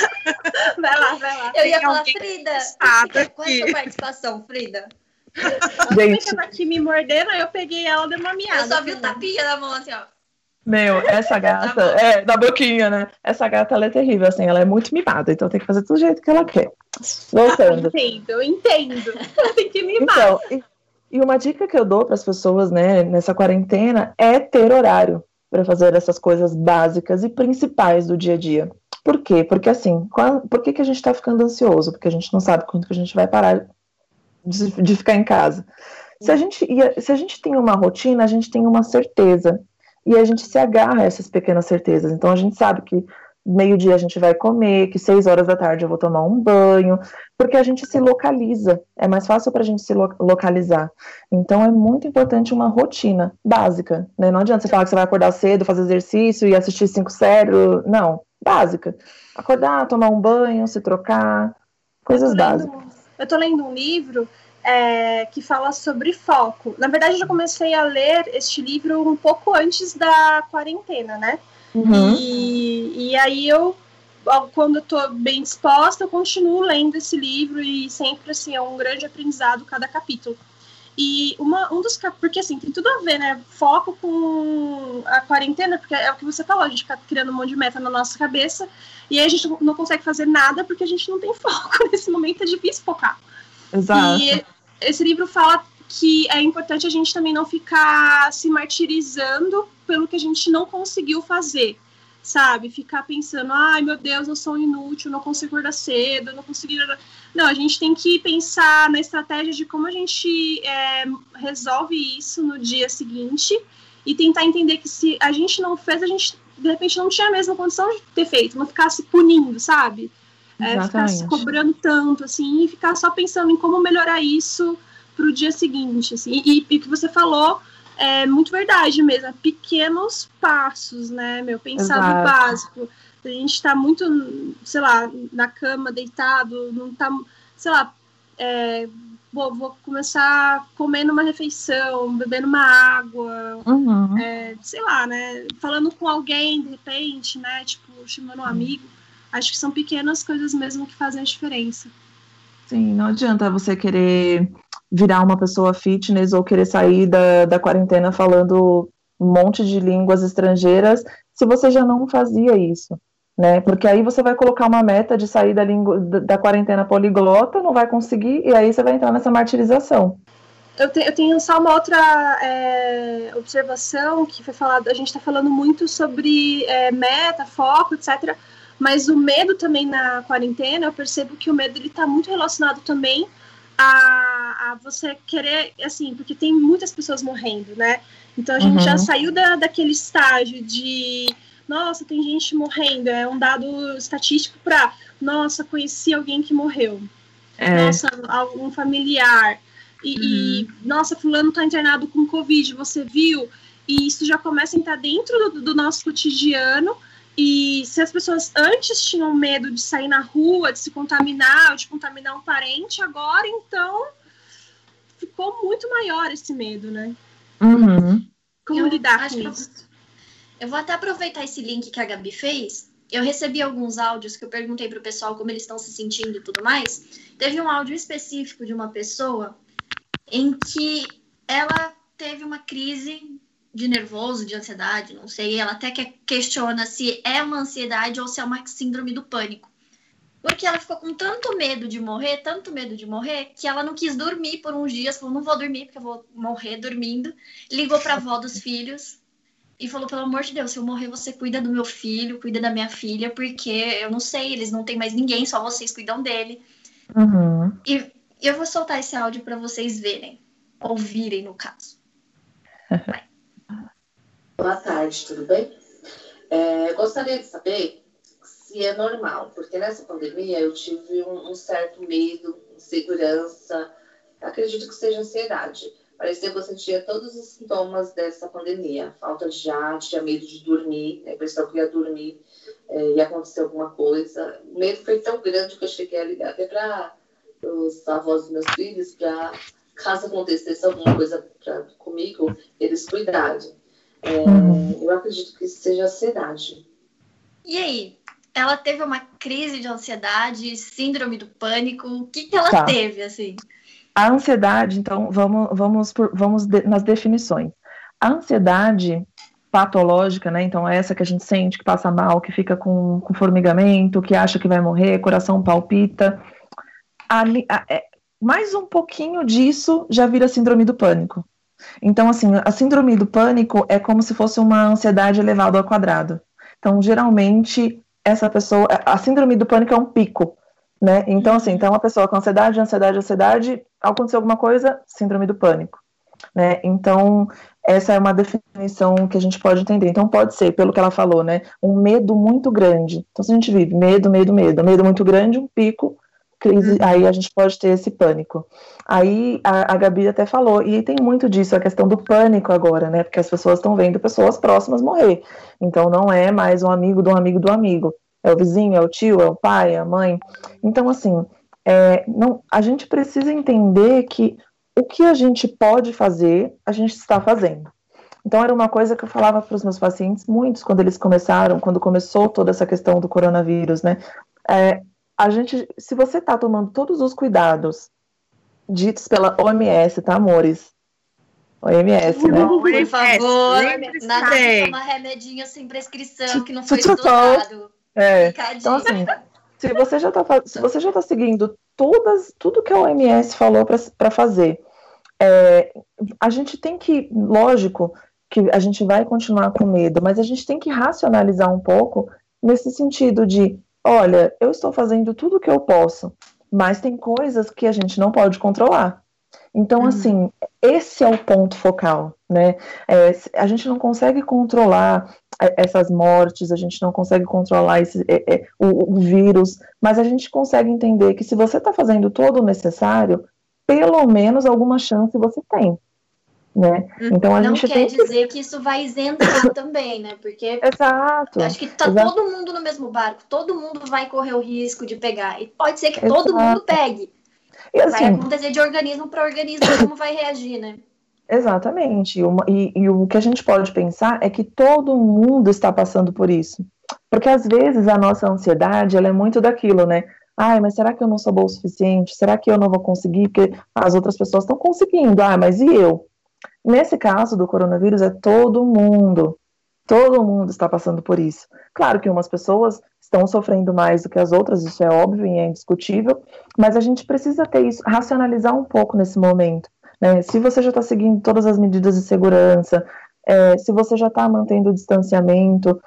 Vai lá, vai lá. Eu ia falar, Frida, qual é a sua participação, Frida? Gente, ela aqui me mordendo, eu peguei ela, dei uma miada. Eu só vi o tapinha na mão, assim, ó. Meu, essa gata, é, da boquinha, né? Essa gata, ela é terrível, assim, ela é muito mimada, então tem que fazer do jeito que ela quer. Voltando. Eu entendo, eu entendo. Tem que mimar. Então, e, e uma dica que eu dou para as pessoas, né, nessa quarentena, é ter horário para fazer essas coisas básicas e principais do dia a dia. Por quê? Porque assim, qual, por que, que a gente está ficando ansioso? Porque a gente não sabe quando que a gente vai parar de, de ficar em casa. Se a, gente, se a gente tem uma rotina, a gente tem uma certeza. E a gente se agarra a essas pequenas certezas. Então a gente sabe que meio-dia a gente vai comer, que seis horas da tarde eu vou tomar um banho, porque a gente se localiza, é mais fácil para a gente se lo- localizar. Então é muito importante uma rotina básica, né? Não adianta você falar que você vai acordar cedo, fazer exercício e assistir cinco séries, não, básica. Acordar, tomar um banho, se trocar, coisas eu básicas. Lendo, eu tô lendo um livro é, que fala sobre foco. Na verdade, eu já comecei a ler este livro um pouco antes da quarentena, né? Uhum. E, e aí eu quando eu tô bem disposta, eu continuo lendo esse livro e sempre, assim, é um grande aprendizado cada capítulo. E uma, um dos capítulos, porque assim, tem tudo a ver, né, foco com a quarentena, porque é o que você falou, a gente fica criando um monte de meta na nossa cabeça, e aí a gente não consegue fazer nada porque a gente não tem foco, nesse momento é difícil focar. Exato. E esse livro fala que é importante a gente também não ficar se martirizando pelo que a gente não conseguiu fazer, sabe? Ficar pensando, ai meu Deus, eu sou inútil, não consigo acordar cedo, eu não consigo... Não, a gente tem que pensar na estratégia de como a gente é, resolve isso no dia seguinte e tentar entender que se a gente não fez, a gente de repente não tinha a mesma condição de ter feito, não ficar se punindo, sabe? É, ficar se cobrando tanto, assim, e ficar só pensando em como melhorar isso pro dia seguinte, assim. E, e o que você falou é muito verdade mesmo, pequenos passos, né, meu, pensar no básico. A gente tá muito, sei lá, na cama, deitado, não tá, sei lá, é, vou, vou começar comendo uma refeição, bebendo uma água, uhum. é, sei lá, né, falando com alguém, de repente, né, tipo, chamando um amigo. Acho que são pequenas coisas mesmo que fazem a diferença. Sim, não adianta você querer virar uma pessoa fitness ou querer sair da, da quarentena falando um monte de línguas estrangeiras se você já não fazia isso, né? Porque aí você vai colocar uma meta de sair da, língua, da, da quarentena poliglota, não vai conseguir, e aí você vai entrar nessa martirização. Eu, te, eu tenho só uma outra é, observação que foi falada, a gente está falando muito sobre é, meta, foco, etcétera, mas o medo também na quarentena, eu percebo que o medo ele está muito relacionado também a, a você querer, assim, porque tem muitas pessoas morrendo, né? Então a gente uhum. já saiu da, daquele estágio de, nossa, tem gente morrendo, é um dado estatístico para, nossa, conheci alguém que morreu, é. nossa, algum familiar, e, uhum. e nossa, fulano está internado com Covid, você viu? E isso já começa a entrar dentro do, do nosso cotidiano. E se as pessoas antes tinham medo de sair na rua, de se contaminar, ou de contaminar um parente, agora, então, ficou muito maior esse medo, né? Uhum. Como eu lidar com isso? Eu vou até aproveitar esse link que a Gabi fez. Eu recebi alguns áudios que eu perguntei pro pessoal como eles estão se sentindo e tudo mais. Teve um áudio específico de uma pessoa em que ela teve uma crise de nervoso, de ansiedade, não sei, ela até que questiona se é uma ansiedade ou se é uma síndrome do pânico. Porque ela ficou com tanto medo de morrer, tanto medo de morrer, que ela não quis dormir por uns dias, falou, não vou dormir porque eu vou morrer dormindo. Ligou pra avó dos filhos e falou, pelo amor de Deus, se eu morrer você cuida do meu filho, cuida da minha filha, porque eu não sei, eles não têm mais ninguém, só vocês cuidam dele. Uhum. E eu vou soltar esse áudio pra vocês verem, ouvirem no caso. Vai. Boa tarde, tudo bem? É, gostaria de saber se é normal, porque nessa pandemia eu tive um, um certo medo, insegurança, acredito que seja ansiedade. Parecia que eu sentia todos os sintomas dessa pandemia, falta de ar, tinha medo de dormir, a impressão que ia dormir, é, ia acontecer alguma coisa. O medo foi tão grande que eu cheguei a ligar até para os avós dos meus filhos, para caso acontecesse alguma coisa pra, comigo, eles cuidarem. É, uhum. Eu acredito que isso seja ansiedade. E aí? Ela teve uma crise de ansiedade, síndrome do pânico? O que, que ela tá. teve, assim? A ansiedade, então, vamos, vamos, por, vamos de, nas definições. A ansiedade patológica, né? Então, é essa que a gente sente, que passa mal, que fica com, com formigamento, que acha que vai morrer, coração palpita. Ali, a, é, mais um pouquinho disso já vira síndrome do pânico. Então, assim, a síndrome do pânico é como se fosse uma ansiedade elevada ao quadrado. Então, geralmente, essa pessoa... A síndrome do pânico é um pico, né? Então, assim, então uma pessoa com ansiedade, ansiedade, ansiedade, aconteceu alguma coisa, síndrome do pânico, né? Então, essa é uma definição que a gente pode entender. Então, pode ser, pelo que ela falou, né? Um medo muito grande. Então, se a gente vive medo, medo, medo, medo muito grande, um pico, crise, aí a gente pode ter esse pânico. Aí a, a Gabi até falou, e tem muito disso, a questão do pânico agora, né, porque as pessoas estão vendo pessoas próximas morrer, então não é mais um amigo do amigo do amigo, é o vizinho, é o tio, é o pai, é a mãe. Então, assim, é, não, a gente precisa entender que o que a gente pode fazer, a gente está fazendo. Então era uma coisa que eu falava para os meus pacientes, muitos, quando eles começaram, quando começou toda essa questão do coronavírus, né? É, a gente, se você está tomando todos os cuidados ditos pela O M S, tá, amores? O M S, né? Por favor, nada de tomar remedinho sem prescrição, que não foi estudado. É. Então, assim, se você já está se você já tá seguindo todas, tudo que a O M S falou para fazer, é, a gente tem que, lógico, que a gente vai continuar com medo, mas a gente tem que racionalizar um pouco nesse sentido de, olha, eu estou fazendo tudo o que eu posso, mas tem coisas que a gente não pode controlar. Então, uhum. assim, esse é o ponto focal, né? É, a gente não consegue controlar essas mortes, a gente não consegue controlar esse, é, é, o, o vírus, mas a gente consegue entender que se você está fazendo todo o necessário, pelo menos alguma chance você tem. Né? Então, a não gente quer tem dizer que... que isso vai isentar também, né? Porque exato, acho que tá exato. todo mundo no mesmo barco, todo mundo vai correr o risco de pegar. E pode ser que exato. todo mundo pegue. E assim, vai acontecer de organismo para organismo como vai reagir, né? Exatamente. Uma, e, e o que a gente pode pensar é que todo mundo está passando por isso. Porque às vezes a nossa ansiedade, ela é muito daquilo, né? Ai, mas será que eu não sou boa o suficiente? Será que eu não vou conseguir? Porque as outras pessoas estão conseguindo. Ah, mas e eu? Nesse caso do coronavírus, é todo mundo. Todo mundo está passando por isso. Claro que umas pessoas estão sofrendo mais do que as outras, isso é óbvio e é indiscutível, mas a gente precisa ter isso, racionalizar um pouco nesse momento. Né? Se você já está seguindo todas as medidas de segurança, é, se você já está mantendo o distanciamento,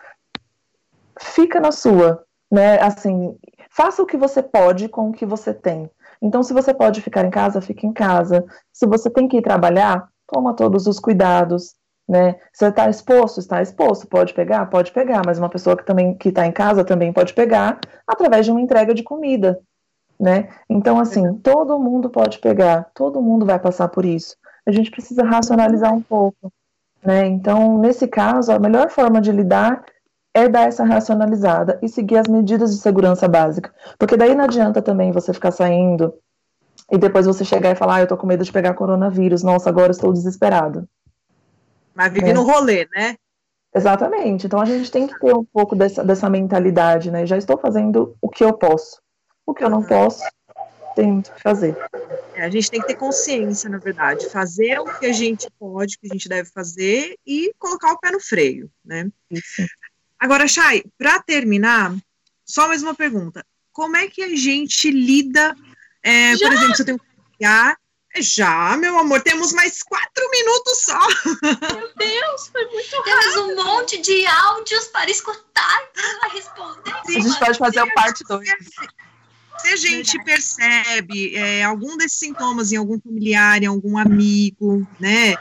fica na sua. Né? Assim, faça o que você pode com o que você tem. Então, se você pode ficar em casa, fique em casa. Se você tem que ir trabalhar, toma todos os cuidados, né? Você está exposto? Está exposto. Pode pegar? Pode pegar, mas uma pessoa que também que está em casa também pode pegar através de uma entrega de comida, né? Então, assim, todo mundo pode pegar, todo mundo vai passar por isso. A gente precisa racionalizar um pouco, né? Então, nesse caso, a melhor forma de lidar é dar essa racionalizada e seguir as medidas de segurança básica, porque daí não adianta também você ficar saindo e depois você chegar e falar, ah, eu tô com medo de pegar coronavírus, nossa, agora eu estou desesperado. Mas vive é. no rolê, né? Exatamente, então a gente tem que ter um pouco dessa, dessa mentalidade, né? Já estou fazendo o que eu posso. O que eu não uhum. posso, tenho que fazer. É, a gente tem que ter consciência, na verdade. Fazer o que a gente pode, o que a gente deve fazer e colocar o pé no freio, né? Isso. Agora, Chay, para terminar, só mais uma pergunta. Como é que a gente lida, é, por exemplo, se eu tenho que ligar... Já, meu amor, temos mais quatro minutos só. Meu Deus, foi muito rápido. Temos um monte de áudios para escutar, para responder. A gente pode fazer o parte dois. Se a gente Verdade. percebe é, algum desses sintomas em algum familiar, em algum amigo, né,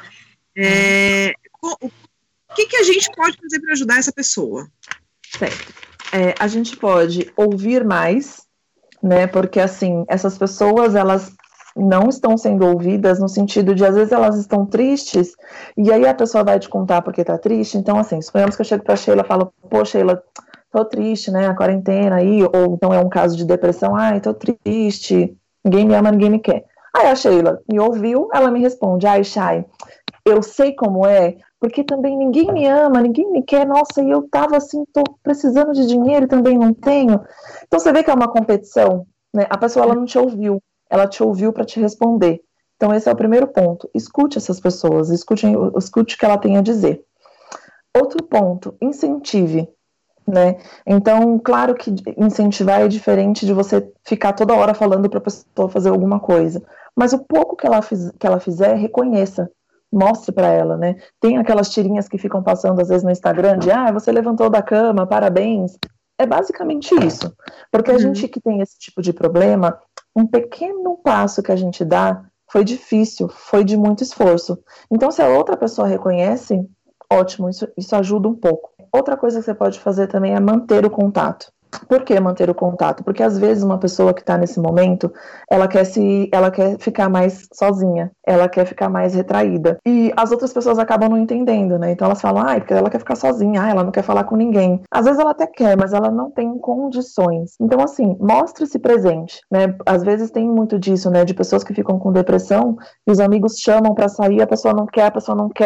é, o que, que a gente pode fazer para ajudar essa pessoa? Certo. É, a gente pode ouvir mais, né, porque, assim, essas pessoas, elas não estão sendo ouvidas no sentido de, às vezes, elas estão tristes, e aí a pessoa vai te contar porque tá triste. Então, assim, suponhamos que eu chego pra Sheila e falo, pô, Sheila, tô triste, né, a quarentena aí, ou então é um caso de depressão, ai, tô triste, ninguém me ama, ninguém me quer. Aí a Sheila me ouviu, ela me responde, ai, Chay, eu sei como é, porque também ninguém me ama, ninguém me quer, nossa, e eu tava assim, tô precisando de dinheiro e também não tenho. Então você vê que é uma competição, né, a pessoa, ela não te ouviu, ela te ouviu para te responder. Então esse é o primeiro ponto, escute essas pessoas, escute, escute o que ela tem a dizer. Outro ponto, incentive. Né? Então, claro que incentivar é diferente de você ficar toda hora falando para a pessoa fazer alguma coisa, mas o pouco que ela, fiz, que ela fizer, reconheça, mostre para ela, né? Tem aquelas tirinhas que ficam passando às vezes no Instagram de, ah, você levantou da cama, parabéns. É basicamente isso, porque a uhum. gente que tem esse tipo de problema, um pequeno passo que a gente dá foi difícil, foi de muito esforço. Então, se a outra pessoa reconhece, ótimo, isso, isso ajuda um pouco. Outra coisa que você pode fazer também é manter o contato. Por que manter o contato? Porque às vezes uma pessoa que está nesse momento, ela quer se, ela quer ficar mais sozinha, ela quer ficar mais retraída. E as outras pessoas acabam não entendendo, né? Então elas falam, ah, porque ela quer ficar sozinha, ah, ela não quer falar com ninguém. Às vezes ela até quer, mas ela não tem condições. Então, assim, mostre-se presente, né? Às vezes tem muito disso, né? De pessoas que ficam com depressão e os amigos chamam para sair, a pessoa não quer, a pessoa não quer.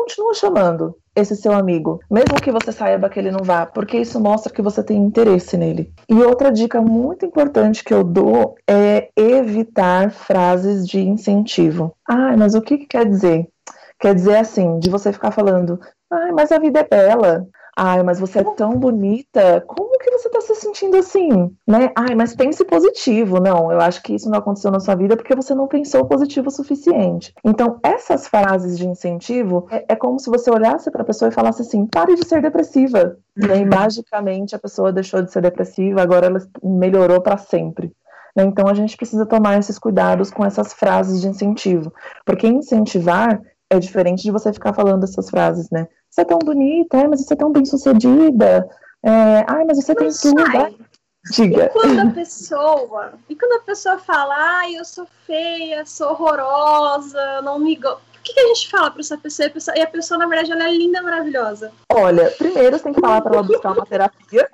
continua chamando esse seu amigo, mesmo que você saiba que ele não vá, porque isso mostra que você tem interesse nele. E outra dica muito importante que eu dou é evitar frases de incentivo. Ah, mas o que, que quer dizer? Quer dizer assim, de você ficar falando, ai, mas a vida é bela. Ai, mas você é tão bonita, como que você tá se sentindo assim, né? Ai, mas pense positivo. Não, eu acho que isso não aconteceu na sua vida porque você não pensou positivo o suficiente. Então, essas frases de incentivo, é, é como se você olhasse pra pessoa e falasse assim, pare de ser depressiva. Uhum. E magicamente a pessoa deixou de ser depressiva, agora ela melhorou pra sempre. Então, a gente precisa tomar esses cuidados com essas frases de incentivo, porque incentivar é diferente de você ficar falando essas frases, né? Você é tão bonita, é, mas você é tão bem-sucedida. É, ai, mas você mas tem tudo. Ai, diga. E quando a pessoa, e quando a pessoa fala, ai, eu sou feia, sou horrorosa, não me gosto. O que, que a gente fala para essa pessoa? E a pessoa, na verdade, ela é linda, maravilhosa. Olha, primeiro você tem que falar para ela buscar uma terapia.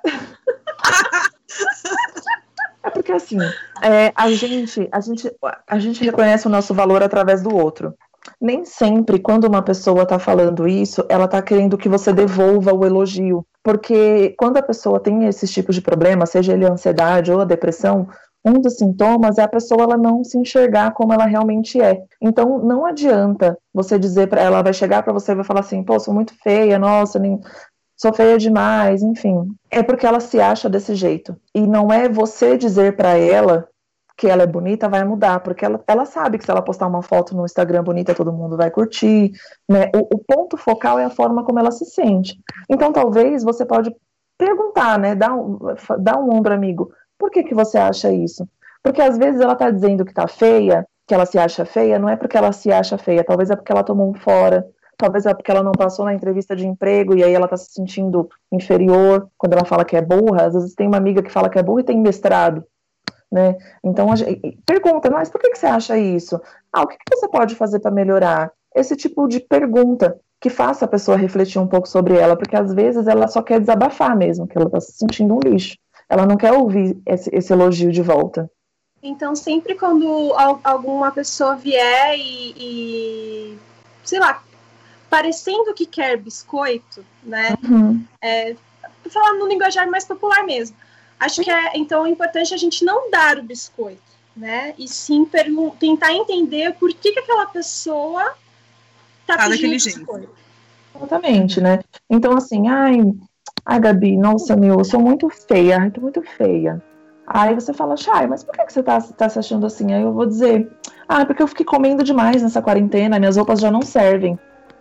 É porque assim, é, a gente, a gente, a gente reconhece o nosso valor através do outro. Nem sempre, quando uma pessoa está falando isso, ela está querendo que você devolva o elogio. Porque quando a pessoa tem esses tipos de problemas, seja ele a ansiedade ou a depressão, um dos sintomas é a pessoa ela não se enxergar como ela realmente é. Então, não adianta você dizer para ela, ela vai chegar para você e vai falar assim, pô, sou muito feia, nossa, nem... sou feia demais, enfim. É porque ela se acha desse jeito. E não é você dizer para ela que ela é bonita, vai mudar, porque ela, ela sabe que se ela postar uma foto no Instagram bonita, todo mundo vai curtir, né? O, o ponto focal é a forma como ela se sente. Então, talvez você pode perguntar, né? Dar um, dar um ombro amigo. Por que que você acha isso? Porque às vezes ela tá dizendo que tá feia, que ela se acha feia, não é porque ela se acha feia, talvez é porque ela tomou um fora, talvez é porque ela não passou na entrevista de emprego e aí ela tá se sentindo inferior quando ela fala que é burra. Às vezes tem uma amiga que fala que é burra e tem mestrado. Né? Então, a gente pergunta, mas por que, que você acha isso? Ah, o que, que você pode fazer para melhorar? Esse tipo de pergunta que faça a pessoa refletir um pouco sobre ela, porque às vezes ela só quer desabafar mesmo, que ela está se sentindo um lixo. Ela não quer ouvir esse, esse elogio de volta. Então, sempre quando alguma pessoa vier e, e sei lá, parecendo que quer biscoito, né? Uhum. É, falar no linguajar mais popular mesmo. Acho que é, então, é importante a gente não dar o biscoito, né? E sim tentar entender por que, que aquela pessoa tá ah, pedindo biscoito. Exatamente, né? Então, assim, ai, ai, Gabi, nossa, meu, eu sou muito feia, ai, tô muito feia. Aí você fala, Chay, mas por que, que você tá, tá se achando assim? Aí eu vou dizer, ah, porque eu fiquei comendo demais nessa quarentena, minhas roupas já não servem.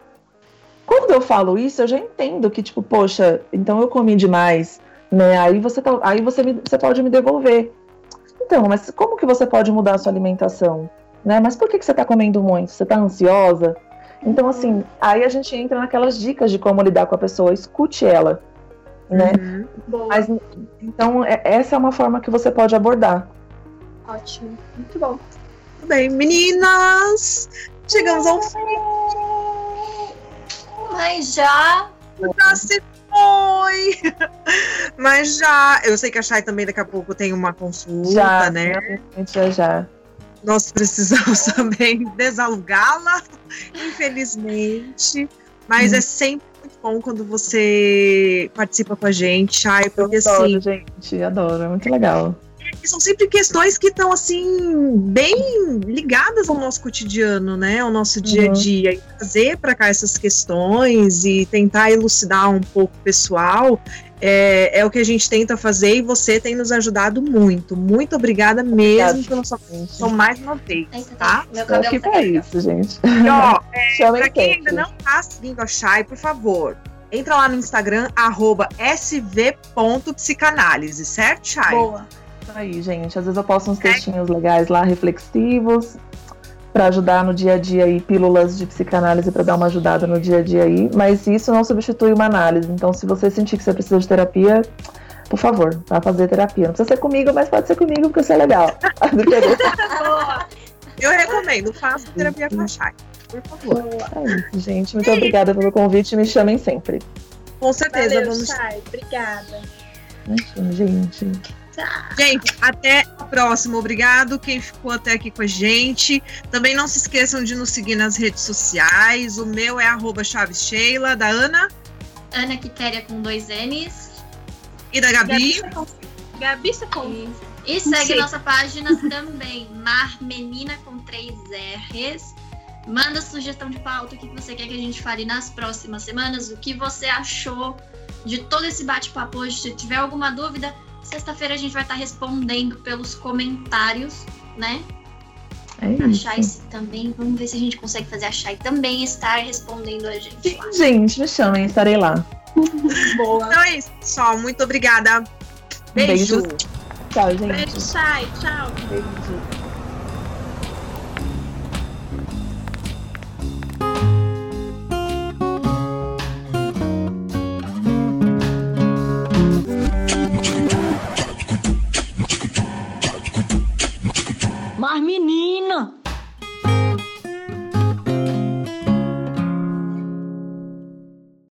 Quando eu falo isso, eu já entendo que, tipo, poxa, então eu comi demais. Né? Aí, você, tá, aí você, me, você pode me devolver. Então, mas como que você pode mudar a sua alimentação? Né? Mas por que, que você está comendo muito? Você está ansiosa? Então, assim, aí a gente entra naquelas dicas de como lidar com a pessoa. Escute ela. Né? Uhum. Mas, então, é, essa é uma forma que você pode abordar. Ótimo. Muito bom. Tudo bem, meninas! Chegamos ao fim. Mas já... Já se Oi! Mas já, eu sei que a Chay também daqui a pouco tem uma consulta, já, né? Já, já. Nós precisamos também desalugá-la, infelizmente. Mas hum. é sempre muito bom quando você participa com a gente, Chay, porque eu adoro, assim... gente, adoro, é muito legal. São sempre questões que estão, assim, bem ligadas ao nosso cotidiano, né? Ao nosso dia a dia. Uhum. E trazer para cá essas questões e tentar elucidar um pouco o pessoal é, é o que a gente tenta fazer e você tem nos ajudado muito. Muito obrigada mesmo Obrigada, pela sua atenção mais uma vez, tá? Meu cabelo que tá é isso, gente. E, ó, é, para quem ainda não tá seguindo a Chay, por favor, entra lá no Instagram, arroba s v ponto psicanálise, certo, Chay? Boa. Aí, gente, às vezes eu posto uns textinhos legais lá, reflexivos, para ajudar no dia a dia aí, pílulas de psicanálise para dar uma ajudada no dia a dia aí, mas isso não substitui uma análise. Então, se você sentir que você precisa de terapia, por favor, vá fazer terapia. Não precisa ser comigo, mas pode ser comigo porque isso é legal. Eu recomendo, faça terapia com a Chay, por favor. É isso, gente. Muito obrigada pelo convite, me chamem sempre. Com certeza, Valeu, vamos. Chay, obrigada. Imagina, gente. Gente, até a próxima. Obrigado quem ficou até aqui com a gente. Também não se esqueçam de nos seguir nas redes sociais. O meu é arroba Chaves Sheila, da Ana. Ana Quitéria com dois N's. E da Gabi. Gabi Secom. E segue nossa página também, Mar Menina com três R's. Manda sugestão de pauta, o que você quer que a gente fale nas próximas semanas, o que você achou de todo esse bate-papo hoje. Se tiver alguma dúvida, sexta-feira a gente vai estar respondendo pelos comentários, né? É a isso. Chay também, vamos ver se a gente consegue fazer a Chay também estar respondendo a gente. Sim, gente, me chamem, estarei lá. Boa. Então é isso, pessoal. Muito obrigada. Beijo. Beijo. Tchau, gente. Beijo, Chay. Tchau. Beijo.